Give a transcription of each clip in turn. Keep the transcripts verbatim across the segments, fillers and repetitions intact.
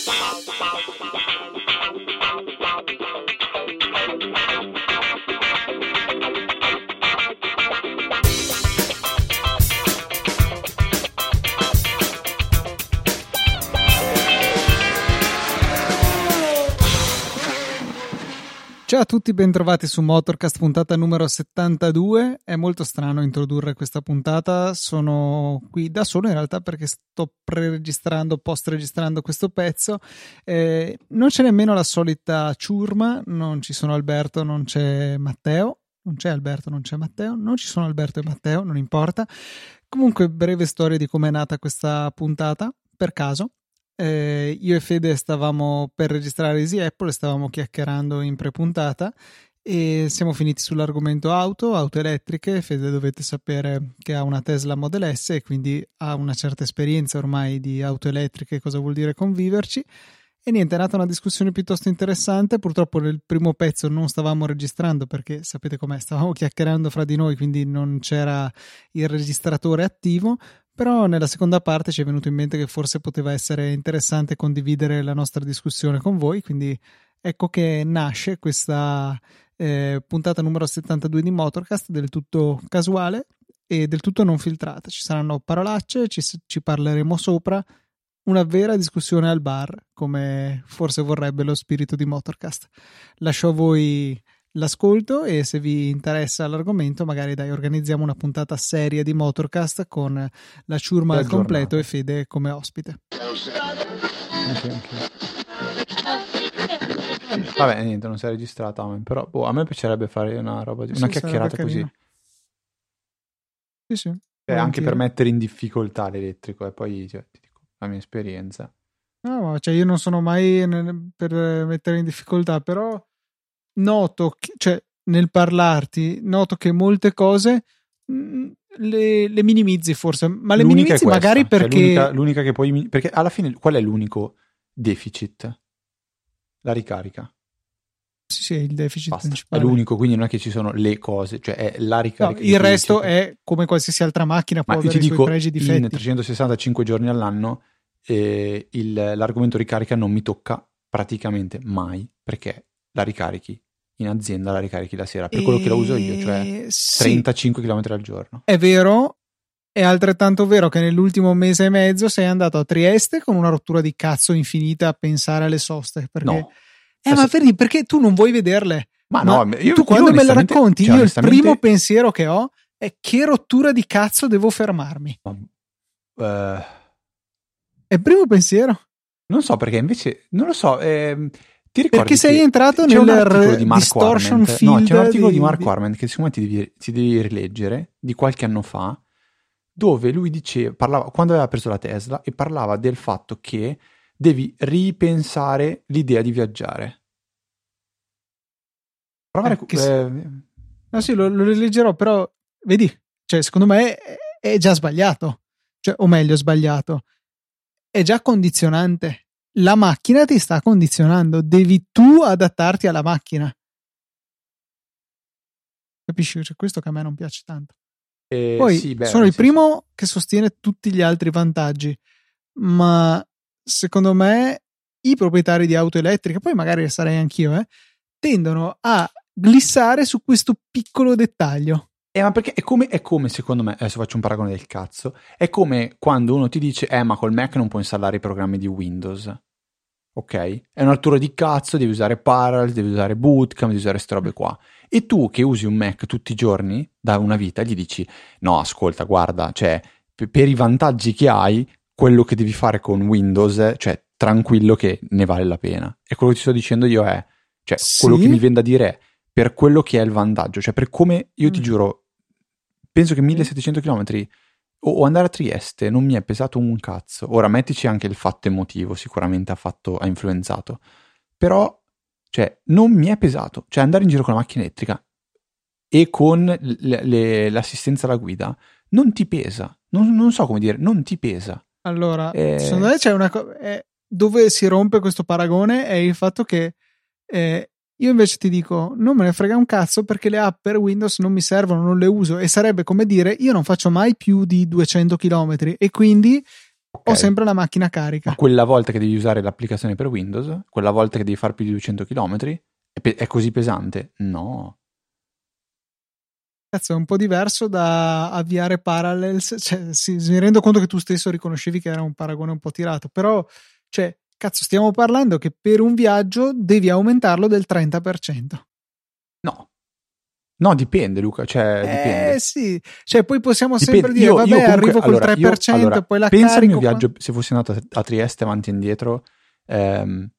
Ciao a tutti, bentrovati su Motorcast, puntata numero settantadue. È molto strano introdurre questa puntata, sono qui da solo in realtà perché sto pre-registrando, post-registrando questo pezzo. Eh, non c'è nemmeno la solita ciurma, non ci sono Alberto, non c'è Matteo, non c'è Alberto, non c'è Matteo, non ci sono Alberto e Matteo, non importa. Comunque, breve storia di come è nata questa puntata, per caso. Eh, io e Fede stavamo per registrare Easy Apple, stavamo chiacchierando in pre-puntata e siamo finiti sull'argomento auto, auto elettriche. Fede, dovete sapere che ha una Tesla Model S e quindi ha una certa esperienza ormai di auto elettriche, cosa vuol dire conviverci. E niente, è nata una discussione piuttosto interessante. Purtroppo nel primo pezzo non stavamo registrando perché sapete com'è, stavamo chiacchierando fra di noi, quindi non c'era il registratore attivo. Però nella seconda parte ci è venuto in mente che forse poteva essere interessante condividere la nostra discussione con voi, quindi ecco che nasce questa eh, puntata numero settantadue di Motorcast, del tutto casuale e del tutto non filtrata. Ci saranno parolacce, ci, ci parleremo sopra, una vera discussione al bar, come forse vorrebbe lo spirito di Motorcast. Lascio a voi l'ascolto e se vi interessa l'argomento magari dai organizziamo una puntata seria di Motorcast con la ciurma al completo e Fede come ospite. Okay, okay. Vabbè, niente, non si è registrata, però boh, a me piacerebbe fare una roba di, una sì, chiacchierata così. Sì, sì. Eh, anche per mettere in difficoltà l'elettrico e poi cioè, ti dico la mia esperienza. No, cioè io non sono mai per mettere in difficoltà, però noto che, cioè nel parlarti noto che molte cose mh, le, le minimizzi forse, ma le l'unica minimizzi magari perché cioè, l'unica, l'unica che poi perché alla fine qual è l'unico deficit? La ricarica. Sì, sì, il deficit Basta. principale. È l'unico, quindi non è che ci sono le cose, cioè è la ricarica. No, il resto è come qualsiasi altra macchina, può ma avere io ti i dico, suoi pregi e difetti. in trecentosessantacinque giorni all'anno eh, il, l'argomento ricarica non mi tocca praticamente mai, perché la ricarichi in azienda, la ricarichi la sera, per e... quello che la uso io, cioè sì, trentacinque chilometri al giorno. È vero, è altrettanto vero che nell'ultimo mese e mezzo sei andato a Trieste con una rottura di cazzo infinita a pensare alle soste, perché no. Eh, ma Ferdi, perché tu non vuoi vederle? Ma, ma no, io, tu quando io me le racconti, cioè, io il primo pensiero che ho è che rottura di cazzo devo fermarmi. Ma, uh, è il primo pensiero. Non so perché invece, non lo so, eh, ti ricordi perché sei entrato nel re- di Mark distortion Arment. field No, c'è un articolo di, di Mark di... Arment che secondo me ti devi, ti devi rileggere, di qualche anno fa, dove lui diceva, parlava, quando aveva preso la Tesla, e parlava del fatto che devi ripensare l'idea di viaggiare. Eh, che eh... No, sì, lo, lo rileggerò, però vedi, cioè, secondo me è, è già sbagliato, cioè, o meglio, sbagliato, è già condizionante. La macchina ti sta condizionando, devi tu adattarti alla macchina. Capisci? Cioè, questo che a me non piace tanto. Eh, Poi sì, beh, sono il sì, primo sì. che sostiene tutti gli altri vantaggi, ma secondo me i proprietari di auto elettriche, poi magari sarei anch'io, eh, tendono a glissare su questo piccolo dettaglio. Eh, ma perché è come, è come, secondo me, adesso faccio un paragone del cazzo, è come quando uno ti dice, eh, ma col Mac non puoi installare i programmi di Windows. Ok? È una rottura di cazzo, devi usare Parallels, devi usare Bootcamp, devi usare queste robe qua. E tu che usi un Mac tutti i giorni, da una vita, gli dici, no, ascolta, guarda, cioè, p- per i vantaggi che hai, quello che devi fare con Windows, cioè, tranquillo che ne vale la pena. E quello che ti sto dicendo io è, cioè, sì? quello che mi viene da dire è, per quello che è il vantaggio, cioè per come io ti mm. giuro, penso che millesettecento chilometri o, o andare a Trieste non mi è pesato un cazzo. Ora mettici anche il fatto emotivo, sicuramente ha fatto, ha influenzato, però cioè non mi è pesato, cioè andare in giro con la macchina elettrica e con le, le, l'assistenza alla guida non ti pesa, non, non so come dire, non ti pesa. Allora, eh... secondo me c'è una cosa eh, dove si rompe questo paragone è il fatto che eh, io invece ti dico, non me ne frega un cazzo perché le app per Windows non mi servono, non le uso, e sarebbe come dire io non faccio mai più di duecento chilometri e quindi Okay. Ho sempre la macchina carica. Ma quella volta che devi usare l'applicazione per Windows, quella volta che devi fare più di duecento chilometri, è, pe- è così pesante? No. Cazzo, è un po' diverso da avviare Parallels. Cioè, sì, mi rendo conto che tu stesso riconoscevi che era un paragone un po' tirato, però, cioè, cazzo, stiamo parlando che per un viaggio devi aumentarlo del trenta per cento. No. No, dipende, Luca, cioè, Eh dipende. sì, cioè poi possiamo Dipende. sempre dire, Io, vabbè, io comunque, arrivo col allora, tre per cento io, allora, e poi la pensa carico. al mio qua. viaggio, se fossi andato a Trieste avanti e indietro, ehm,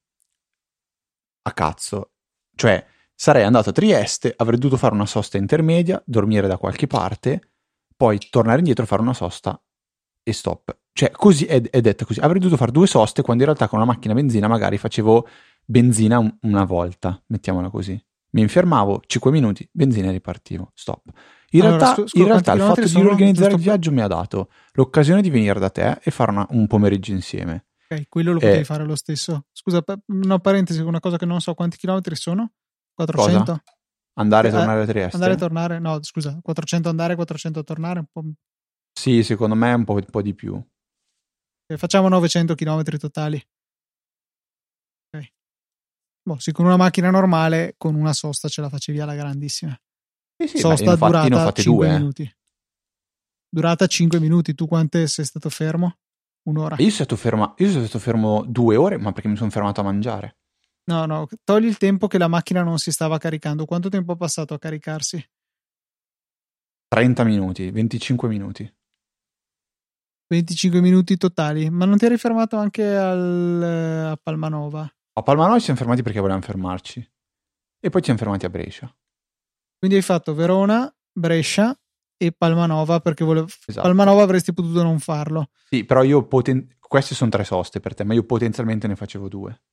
a cazzo. Cioè, sarei andato a Trieste, avrei dovuto fare una sosta intermedia, dormire da qualche parte, poi tornare indietro, fare una sosta e stop. Cioè, così è, è detta così. Avrei dovuto fare due soste quando in realtà con una macchina benzina magari facevo benzina un- una volta, mettiamola così. Mi infermavo, cinque minuti, benzina e ripartivo, stop. In Allora, realtà, scu- scusa, in realtà quanti il fatto chilometri di sono? riorganizzare Giusto il per- viaggio mi ha dato l'occasione di venire da te e fare una- un pomeriggio insieme. Ok, quello lo Eh, potevi fare lo stesso. Scusa, pa- no, parentesi, una cosa che non so quanti chilometri sono? quattrocento? Cosa? Andare e Eh, tornare a Trieste? andare e tornare? No, scusa, quattrocento andare, quattrocento tornare, un po'. Sì, secondo me è un po', un po' di più. Eh, Facciamo novecento chilometri totali. Ok. Boh, sì, con una macchina normale, con una sosta ce la facevi alla grandissima. Sì, sì, beh, Sosta io ne ho fatti- io ne ho durata fatte cinque due, eh. minuti. Durata cinque minuti. Tu quante sei stato fermo? Un'ora. E io sono stato fermo, io sono stato fermo due ore, ma perché mi sono fermato a mangiare. No, no, togli il tempo che la macchina non si stava caricando. Quanto tempo ha passato a caricarsi? trenta minuti, venticinque minuti. venticinque minuti totali. Ma non ti eri fermato anche al, a Palmanova? A Palmanova ci siamo fermati perché volevamo fermarci. E poi ci siamo fermati a Brescia. Quindi hai fatto Verona, Brescia e Palmanova perché volevo... Esatto. Palmanova avresti potuto non farlo. Sì, però io poten- queste sono tre soste per te, ma io potenzialmente ne facevo due.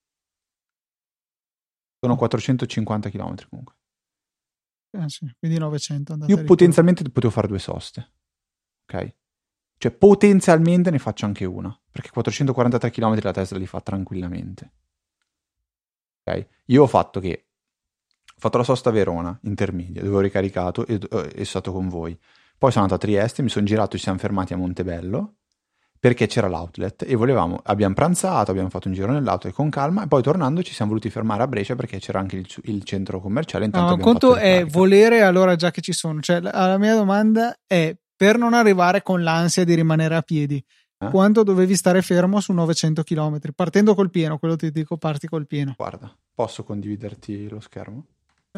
Sono quattrocentocinquanta chilometri comunque. Eh sì, quindi novecento andate e Io ritorno. potenzialmente potevo fare due soste. Ok? Cioè potenzialmente ne faccio anche una, perché quattrocentoquarantatré chilometri la Tesla li fa tranquillamente. Ok? Io ho fatto che ho fatto la sosta a Verona, intermedia, dove ho ricaricato e, e sono stato con voi. Poi sono andato a Trieste, mi sono girato, ci siamo fermati a Montebello, perché c'era l'outlet e volevamo, abbiamo pranzato, abbiamo fatto un giro nell'outlet con calma e poi tornando ci siamo voluti fermare a Brescia perché c'era anche il, il centro commerciale. Intanto No, un abbiamo conto fatto è ricarica. volere allora già che ci sono. Cioè, la, la mia domanda è, per non arrivare con l'ansia di rimanere a piedi, Eh? quanto dovevi stare fermo su novecento chilometri? Partendo col pieno, quello ti dico, parti col pieno. Guarda, posso condividerti lo schermo? Eh?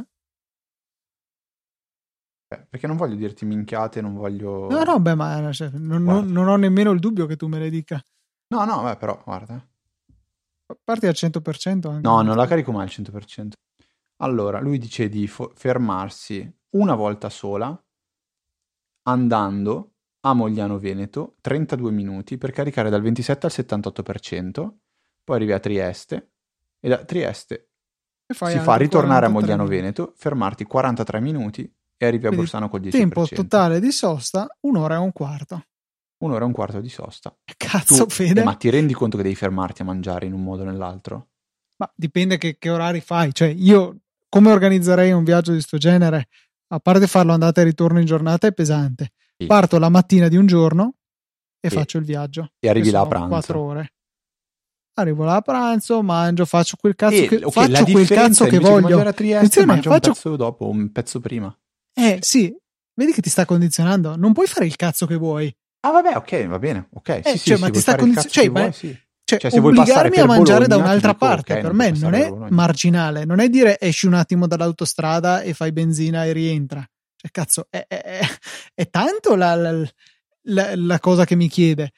Eh, perché non voglio dirti minchiate, non voglio... No, no, beh, ma cioè, non, non, non ho nemmeno il dubbio che tu me le dica. No, no, beh, però, guarda. Parti al cento per cento anche. No, non la carico mai al cento per cento. Allora, lui dice di fo- fermarsi una volta sola, andando a Mogliano Veneto, trentadue minuti, per caricare dal ventisette al settantotto per cento, poi arrivi a Trieste, e da Trieste E fai si fa altri ritornare a quarantatré Mogliano minuti. Veneto, fermarti quarantatré minuti e arrivi a Quindi Bolzano col dieci per cento. tempo totale di sosta, un'ora e un quarto. Un'ora e un quarto di sosta. Cazzo, Tu, Fede. eh, ma ti rendi conto che devi fermarti a mangiare in un modo o nell'altro? Ma dipende che, che orari fai. Cioè, io come organizzerei un viaggio di sto genere? A parte farlo andata e ritorno in giornata è pesante. Sì. Parto la mattina di un giorno e Sì. faccio il viaggio. E arrivi che là a sono pranzo. quattro ore. Arrivo là a pranzo, mangio, faccio quel cazzo E, che ok, faccio la quel differenza cazzo è che invece di voglio. mangiare a Trieste, Attenzione, mangia un faccio- pezzo dopo, un pezzo prima. Eh sì, vedi che ti sta condizionando. Non puoi fare il cazzo che vuoi. Ah, vabbè, ok, va bene, ok. Eh, sì, sì, cioè, sì, ma ti vuoi sta fare il condizio- cazzo cioè, che ma- vuoi, sì. Cioè, Cioè, se vuoi passare obbligarmi per a mangiare da Bologna, ti un'altra dico, parte ok, per non me puoi non stare è a Bologna. marginale, non è dire esci un attimo dall'autostrada e fai benzina e rientra. Cioè, cazzo, è, è- è- è tanto la, la- la- la cosa che mi chiede.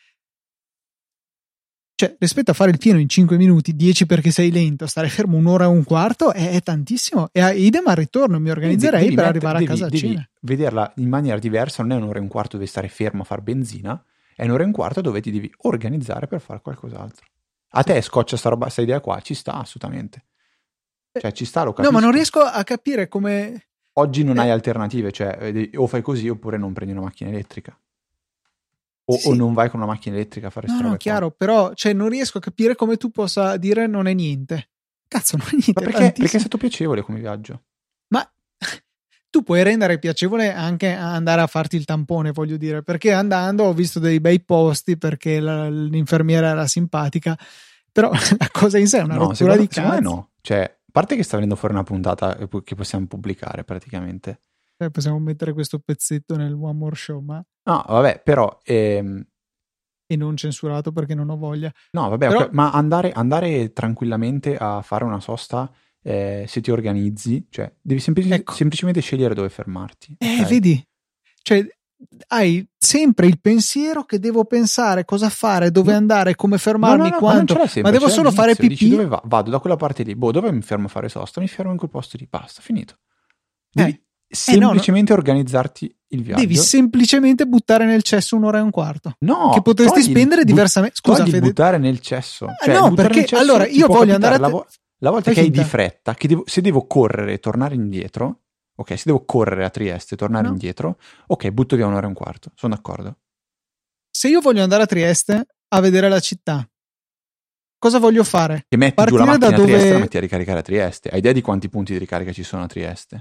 Cioè, rispetto a fare il pieno in cinque minuti, dieci perché sei lento, stare fermo un'ora e un quarto è, è tantissimo. E a, idem al ritorno mi organizzerei Devi per mettere- arrivare devi- a casa a devi cena. vederla in maniera diversa, non è un'ora e un quarto dove stare fermo a fare benzina, è un'ora e un quarto dove ti devi organizzare per fare qualcos'altro. A te scoccia sta roba, sta idea qua, ci sta assolutamente. Cioè, ci sta, lo capisco. No, ma non riesco a capire come... Oggi non Eh. hai alternative, cioè eh, o fai così oppure non prendi una macchina elettrica. O, Sì, o sì. non vai con una macchina elettrica a fare No, sta no, roba qua. chiaro, però cioè, non riesco a capire come tu possa dire non è niente. Cazzo, non è niente. Ma è perché, tantissimo. perché è stato piacevole come viaggio? Ma tu puoi rendere piacevole anche andare a farti il tampone, voglio dire, perché andando ho visto dei bei posti perché la, l'infermiera era simpatica, però la cosa in sé è una no, rottura secondo, di cazzo. secondo me no, cioè, a parte che sta venendo fuori una puntata che possiamo pubblicare praticamente. Eh, possiamo mettere questo pezzetto nel One More Show, ma... No, vabbè, però... Ehm... E non censurato perché non ho voglia. No, vabbè, però... okay, ma andare, andare tranquillamente a fare una sosta, eh, se ti organizzi, cioè, devi semplici- ecco. semplicemente scegliere dove fermarti. Eh, okay? vedi? Cioè, hai sempre il pensiero che devo pensare cosa fare, dove no. andare, come fermarmi, no, no, no, quanto, ma, ma devo solo fare pipì. Dici dove va? Vado da quella parte lì, boh, dove mi fermo a fare sosta? Mi fermo in quel posto lì, basta, finito. Devi Eh. semplicemente eh, no, no. organizzarti il viaggio. Devi semplicemente buttare nel cesso un'ora e un quarto. No, che potresti togli, spendere but, diversamente. Scusa, togli Fede. buttare nel cesso. Cioè, no, perché cesso allora io voglio andare a te... la, vo- la volta Fai che finta. hai di fretta, che devo, se devo correre e tornare indietro, ok, se devo correre a Trieste e tornare no. indietro, ok, butto via un'ora e un quarto, sono d'accordo. Se io voglio andare a Trieste a vedere la città, cosa voglio fare? Che metti Partire giù la macchina da a dove... Trieste e la metti a ricaricare a Trieste. Hai idea di quanti punti di ricarica ci sono a Trieste?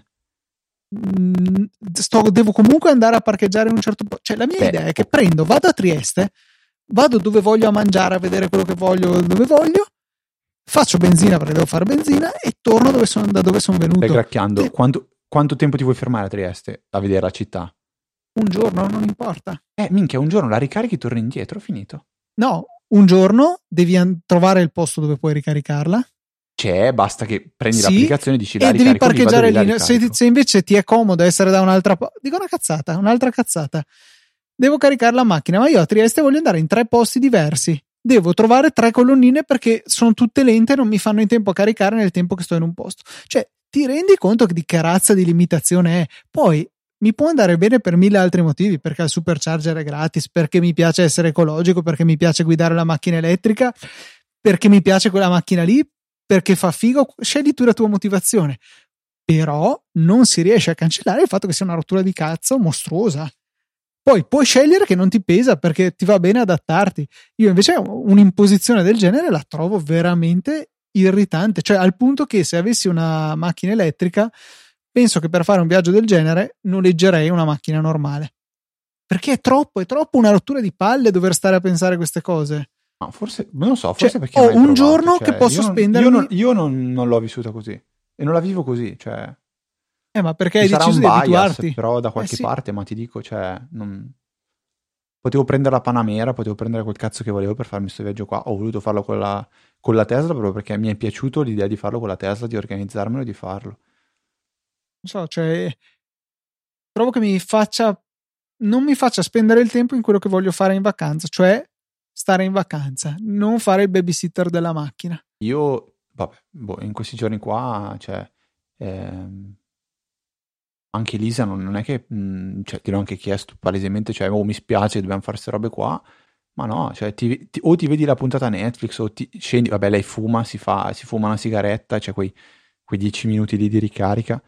Mm, sto, devo comunque andare a parcheggiare in un certo punto. Cioè, la mia Beh, idea è che prendo, vado a Trieste, vado dove voglio a mangiare, a vedere quello che voglio, dove voglio, faccio benzina perché devo fare benzina e torno dove sono, da dove sono venuto. Stai gracchiando. E... Quanto, quanto tempo ti vuoi fermare a Trieste a vedere la città? Un giorno, non importa. Eh, minchia, un giorno la ricarichi, torni indietro, finito. No, un giorno devi an- trovare il posto dove puoi ricaricarla. C'è, basta che prendi sì, l'applicazione e dici la e devi parcheggiare lì, lì. Se, se invece ti è comodo essere da un'altra parte, dico una cazzata, un'altra cazzata. Devo caricare la macchina, ma io a Trieste voglio andare in tre posti diversi. Devo trovare tre colonnine perché sono tutte lente e non mi fanno in tempo a caricare nel tempo che sto in un posto. Cioè, ti rendi conto di che razza di limitazione è? Poi mi può andare bene per mille altri motivi, perché il supercharger è gratis, perché mi piace essere ecologico, perché mi piace guidare la macchina elettrica, perché mi piace quella macchina lì, perché fa figo, scegli tu la tua motivazione. Però non si riesce a cancellare il fatto che sia una rottura di cazzo mostruosa. Poi puoi scegliere che non ti pesa perché ti va bene adattarti. Io invece un'imposizione del genere la trovo veramente irritante, cioè al punto che se avessi una macchina elettrica penso che per fare un viaggio del genere noleggerei una macchina normale, perché è troppo, è troppo una rottura di palle dover stare a pensare queste cose. No, forse, non lo so, forse cioè, perché ho mai un provato, giorno cioè, che posso io non, spendermi... Io, non, io non, non l'ho vissuta così e non la vivo così, cioè... Eh, ma perché Ci hai sarà deciso un di bias, abituarti? però da qualche eh, sì. parte, ma ti dico, cioè... Non... Potevo prendere la Panamera, potevo prendere quel cazzo che volevo per farmi questo viaggio qua. Ho voluto farlo con la, con la Tesla proprio perché mi è piaciuto l'idea di farlo con la Tesla, di organizzarmelo e di farlo. Non so, cioè... Trovo che mi faccia... Non mi faccia spendere il tempo in quello che voglio fare in vacanza, cioè stare in vacanza, non fare il babysitter della macchina. Io, vabbè, boh, in questi giorni qua, cioè... Ehm... Anche Lisa non, non è che, mh, cioè, ti l'ho anche chiesto palesemente, cioè, oh, mi spiace, dobbiamo fare queste robe qua, ma no, cioè, ti, ti, o ti vedi la puntata Netflix o ti scendi, vabbè, lei fuma, si fa, si fuma una sigaretta, c'è quei, quei dieci minuti lì di ricarica,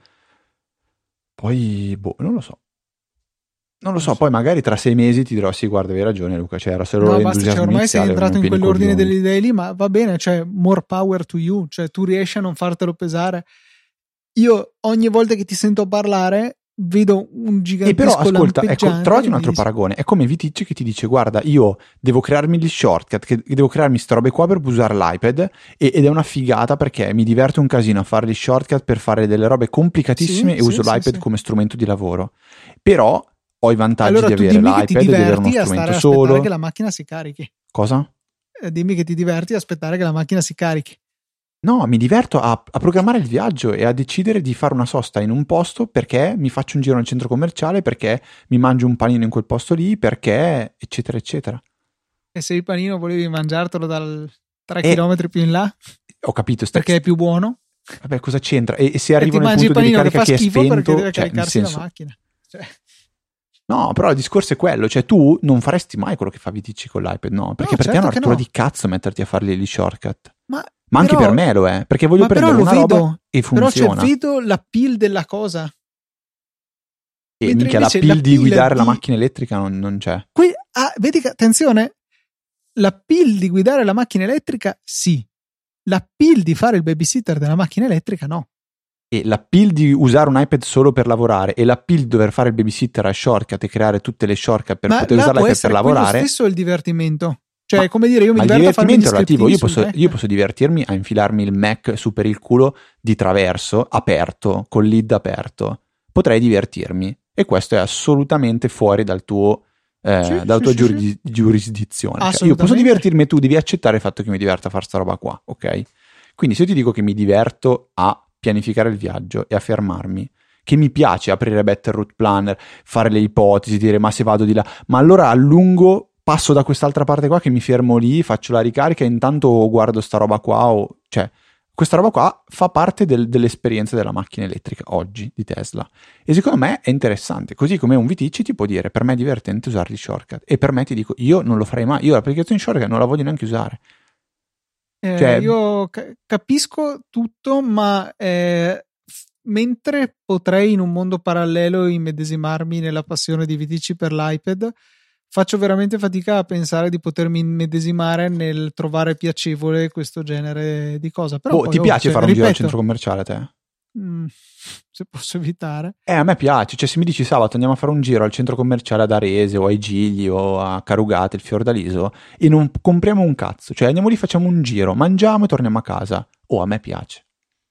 poi, boh, non lo so. Non lo so, poi magari tra sei mesi ti dirò, sì, guarda, avevi ragione Luca, cioè, era solo no, l'entusiasmo basta, cioè, ormai iniziale, sei entrato in pieni quell'ordine coglioni. delle idee lì, ma va bene, cioè, more power to you, cioè, tu riesci a non fartelo pesare. Io ogni volta che ti sento parlare vedo un gigantesco e però ascolta, ecco, trovati un altro mi... paragone, è come Viticci che ti dice guarda, io devo crearmi gli shortcut, che devo crearmi ste robe qua per usare l'iPad e, ed è una figata perché mi diverte un casino a fare gli shortcut per fare delle robe complicatissime sì, e sì, uso sì, l'iPad sì. come strumento di lavoro, però ho i vantaggi allora, di tu avere dimmi l'iPad che ti e di avere uno diverti a strumento stare a aspettare solo. che la macchina si carichi. Cosa? Eh, dimmi che ti diverti a aspettare che la macchina si carichi. No, mi diverto a, a programmare il viaggio e a decidere di fare una sosta in un posto perché mi faccio un giro nel centro commerciale, perché mi mangio un panino in quel posto lì, perché eccetera eccetera. E se il panino volevi mangiartelo dal tre e, chilometri più in là? Ho capito. St- perché è più buono? Vabbè, cosa c'entra? E, e se arrivo e ti nel mangi punto il di panino ricarica che, fa che è schifo perché spento, deve cioè, nel caricarsi senso... la macchina. Cioè... No, però il discorso è quello, cioè tu non faresti mai quello che fa Viticci con l'iPad, no? Perché no, per certo te è una rottura no. di cazzo metterti a fargli gli shortcut. Ma, ma anche però, per me lo è, perché voglio prendere una vedo, roba e funziona. Però c'è, vedo l'appeal della cosa. E minchia, l'appeal di guidare di... la macchina elettrica non, non c'è. Qui, ah, vedi che, attenzione, l'appeal di guidare la macchina elettrica sì, l'appeal di fare il babysitter della macchina elettrica no. E l'appeal di usare un iPad solo per lavorare e l'appeal di dover fare il babysitter a shortcut e creare tutte le shortcut per ma poter là usare può l'iPad per essere quello lavorare. stesso il divertimento. Cioè, Ma, come dire, io mi ma il diverto a farmi gli divertimento è relativo. Io scriptini sul posso, Mac. io posso divertirmi a infilarmi il Mac su per il culo di traverso, aperto, col lid aperto. Potrei divertirmi. E questo è assolutamente fuori dal tuo, eh, Sì, dalla sì, tua sì, giuris- giurisdizione. Cioè, io posso assolutamente. divertirmi e tu devi accettare il fatto che mi diverta a fare sta roba qua, ok? Quindi se io ti dico che mi diverto a pianificare il viaggio e a fermarmi, che mi piace aprire Better Route Planner, fare le ipotesi, dire ma se vado di là, ma allora allungo, passo da quest'altra parte qua che mi fermo lì, faccio la ricarica e intanto guardo sta roba qua, o cioè questa roba qua fa parte del, dell'esperienza della macchina elettrica oggi di Tesla e secondo me è interessante, così come un V T C ti può dire per me è divertente usare gli shortcut e per me ti dico io non lo farei mai, io l'applicazione shortcut non la voglio neanche usare. Eh, Cioè, io ca- capisco tutto, ma eh, f- mentre potrei in un mondo parallelo immedesimarmi nella passione di V T C per l'iPad, faccio veramente fatica a pensare di potermi immedesimare nel trovare piacevole questo genere di cosa. Però boh, poi, ti oh, piace cioè, fare un giro al ripeto, centro commerciale a te? mh, se posso evitare. Eh, a me piace, cioè se mi dici sabato andiamo a fare un giro al centro commerciale ad Arese o ai Gigli o a Carugate, il Fiordaliso, e non compriamo un cazzo, cioè andiamo lì, facciamo un giro, mangiamo e torniamo a casa. Oh, a me piace.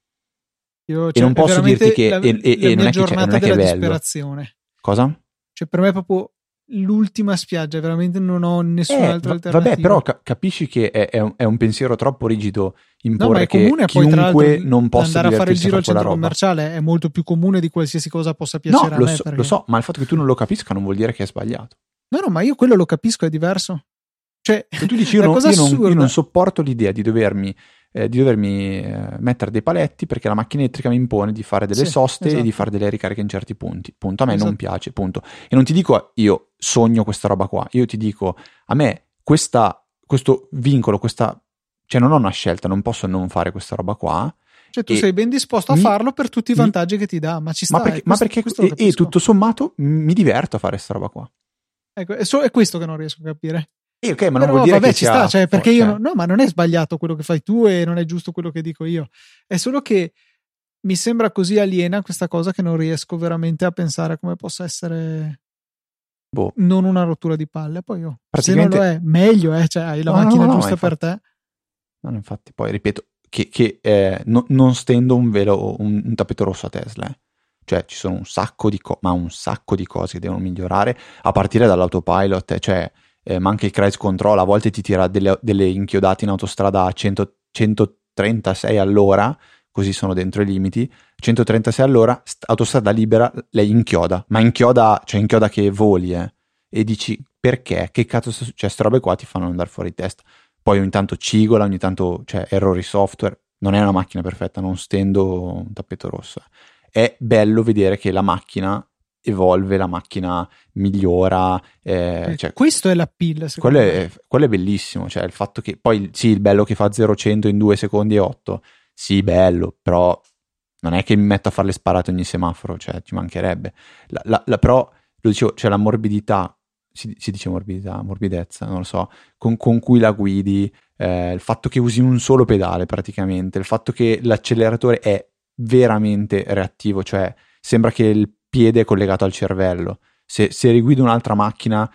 Io, E cioè, non è posso dirti veramente che... la, E, e- la e non mia è che, c'è- non giornata è che è della bello. disperazione. Cosa? Cioè, per me è proprio l'ultima spiaggia, veramente non ho nessun'altra Eh, va- alternativa. vabbè, però ca- capisci che è, è un, è un pensiero troppo rigido No, ma imporre è che comune poi, tra l'altro, chiunque non possa andare a fare il divertirsi a giro fare al quella centro roba. commerciale è molto più comune di qualsiasi cosa possa No, piacere a lo me. so, Perché... lo so, ma il fatto che tu non lo capisca non vuol dire che è sbagliato. No, no, ma io quello lo capisco, è diverso. Cioè, Se tu dici io, la non, cosa io, non, io assurda... non sopporto l'idea di dovermi, eh, di dovermi eh, mettere dei paletti perché la macchina elettrica mi impone di fare delle Sì, soste esatto. e di fare delle ricariche in certi punti. Punto. A me Esatto. non piace, punto. E non ti dico io sogno questa roba qua, io ti dico a me questa, questo vincolo, questa, cioè non ho una scelta, non posso non fare questa roba qua. Cioè, tu E sei ben disposto a mi- farlo per tutti i mi- vantaggi che ti dà, ma ci sta. ma perché, eh, ma questo, perché questo lo e, e capisco. tutto sommato mi diverto a fare questa roba qua. Ecco, è, so- è questo che non riesco a capire. E ok, ma non Però vuol dire vabbè, che ci sia sta, cioè, perché io cioè, no, no, ma non è sbagliato quello che fai tu e non è giusto quello che dico io. È solo che mi sembra così aliena questa cosa che non riesco veramente a pensare come possa essere boh, non una rottura di palle. Poi io, praticamente se non lo è, meglio, eh, cioè hai la no, no, macchina no, no, giusta infatti, per te. no, infatti, poi ripeto che, che eh, no, non stendo un velo, un, un tappeto rosso a Tesla, eh. Cioè ci sono un sacco di cose, ma un sacco di cose che devono migliorare, a partire dall'autopilot, eh, cioè eh, ma anche il cruise control a volte ti tira delle, delle inchiodate in autostrada a cento, centotrentasei all'ora, così sono dentro i limiti, centotrentasei all'ora, st- autostrada libera, lei inchioda, ma inchioda, cioè inchioda che voli, eh, e dici perché, che cazzo sta succedendo, cioè queste robe qua ti fanno andare fuori di testa. Poi ogni tanto cigola, ogni tanto cioè errori software, non è una macchina perfetta, non stendo un tappeto rosso. È bello vedere che la macchina evolve, la macchina migliora, eh, cioè, Questo è l'appeal, secondo quello me. è, quello è bellissimo, cioè il fatto che poi sì, il bello che fa zero cento in due secondi e otto, sì, bello, però non è che mi metto a fare le sparate ogni semaforo, cioè ci mancherebbe. La, la, la, però, lo dicevo, c'è la morbidità, si, si dice morbidità, morbidezza, non lo so, con, con cui la guidi, eh, il fatto che usi un solo pedale praticamente, il fatto che l'acceleratore è veramente reattivo, cioè sembra che il piede è collegato al cervello. Se, se riguido un'altra macchina,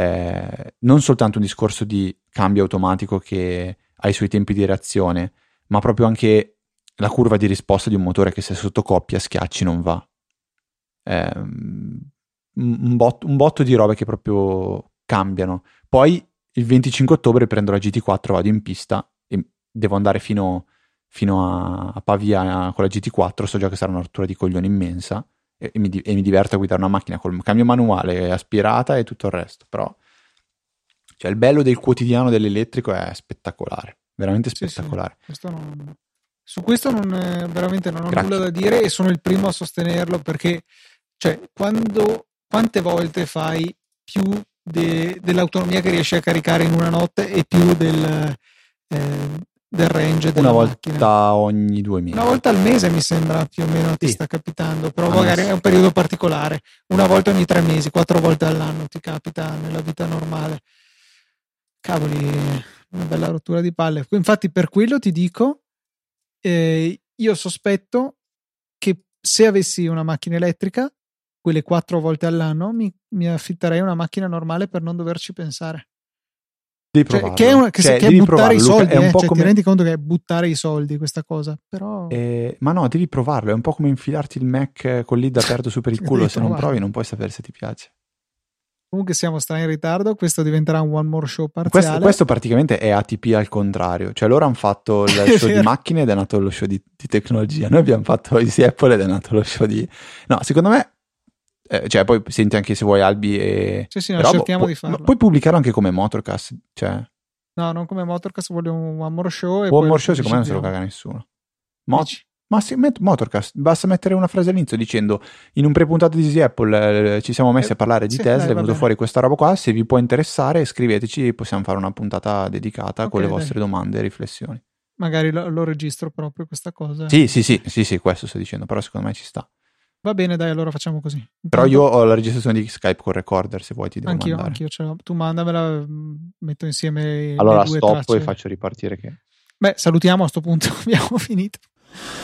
eh, non soltanto un discorso di cambio automatico che ha i suoi tempi di reazione, ma proprio anche la curva di risposta di un motore che se sotto coppia schiacci non va. Eh, un, botto, un botto di robe che proprio cambiano. Poi il venticinque ottobre prendo la G T quattro, vado in pista e devo andare fino, fino a, a Pavia con la G T quattro, so già che sarà una rottura di coglioni immensa e, e, mi, e mi diverto a guidare una macchina col cambio manuale, aspirata e tutto il resto, però cioè, il bello del quotidiano dell'elettrico è spettacolare, veramente spettacolare. Sì, sì. Questo non... Su questo non, eh, veramente non ho Grazie. nulla da dire e sono il primo a sostenerlo perché cioè, quando, quante volte fai più de, dell'autonomia che riesci a caricare in una notte e più del, eh, del range della una volta macchina? ogni due mesi. Una volta al mese mi sembra più o meno ti sì. sta capitando, però ah, magari sì. è un periodo particolare. Una volta ogni tre mesi, quattro volte all'anno ti capita nella vita normale. Cavoli, una bella rottura di palle. Infatti per quello ti dico, eh, io sospetto che se avessi una macchina elettrica, quelle quattro volte all'anno, mi, mi affitterei una macchina normale per non doverci pensare. Devi Cioè, provarlo. che è, una, che, Cioè, che è devi buttare provarlo, i Luca, soldi, è un eh? po' Cioè, come... ti rendi conto che è buttare i soldi questa cosa, però... Eh, ma no, devi provarlo, è un po' come infilarti il Mac con l'id aperto su per il culo, se non provi non puoi sapere se ti piace. Comunque siamo stra in ritardo, questo diventerà un one more show parziale. Questo, questo praticamente è A T P al contrario, cioè loro hanno fatto il show di macchine ed è nato lo show di, di tecnologia, noi abbiamo fatto il di Apple ed è nato lo show di... No, secondo me, eh, cioè poi senti anche se vuoi Albi e... Sì, sì, no, roba, cerchiamo pu- di farlo. Puoi pubblicarlo anche come Motorcast, cioè... No, non come Motorcast, voglio un one more show e One poi more show secondo me non se lo caga nessuno. Mo- ma sì, met- Motorcast, basta mettere una frase all'inizio dicendo in un pre-puntato di Easy Apple eh, ci siamo messi eh, a parlare di sì, Tesla, dai, è venuto fuori questa roba qua, se vi può interessare scriveteci, possiamo fare una puntata dedicata okay, con le vostre dai. domande e riflessioni. Magari lo, lo registro proprio questa cosa. Sì, sì, sì, sì, sì, questo sto dicendo, però secondo me ci sta. Va bene, dai, allora facciamo così. Intanto... Però io ho la registrazione di Skype con Recorder, se vuoi ti devo anch'io, mandare. Anch'io, ce l'ho. Tu mandamela, metto insieme allora le due stop tracce. e faccio ripartire che... Beh, salutiamo a sto punto, abbiamo finito.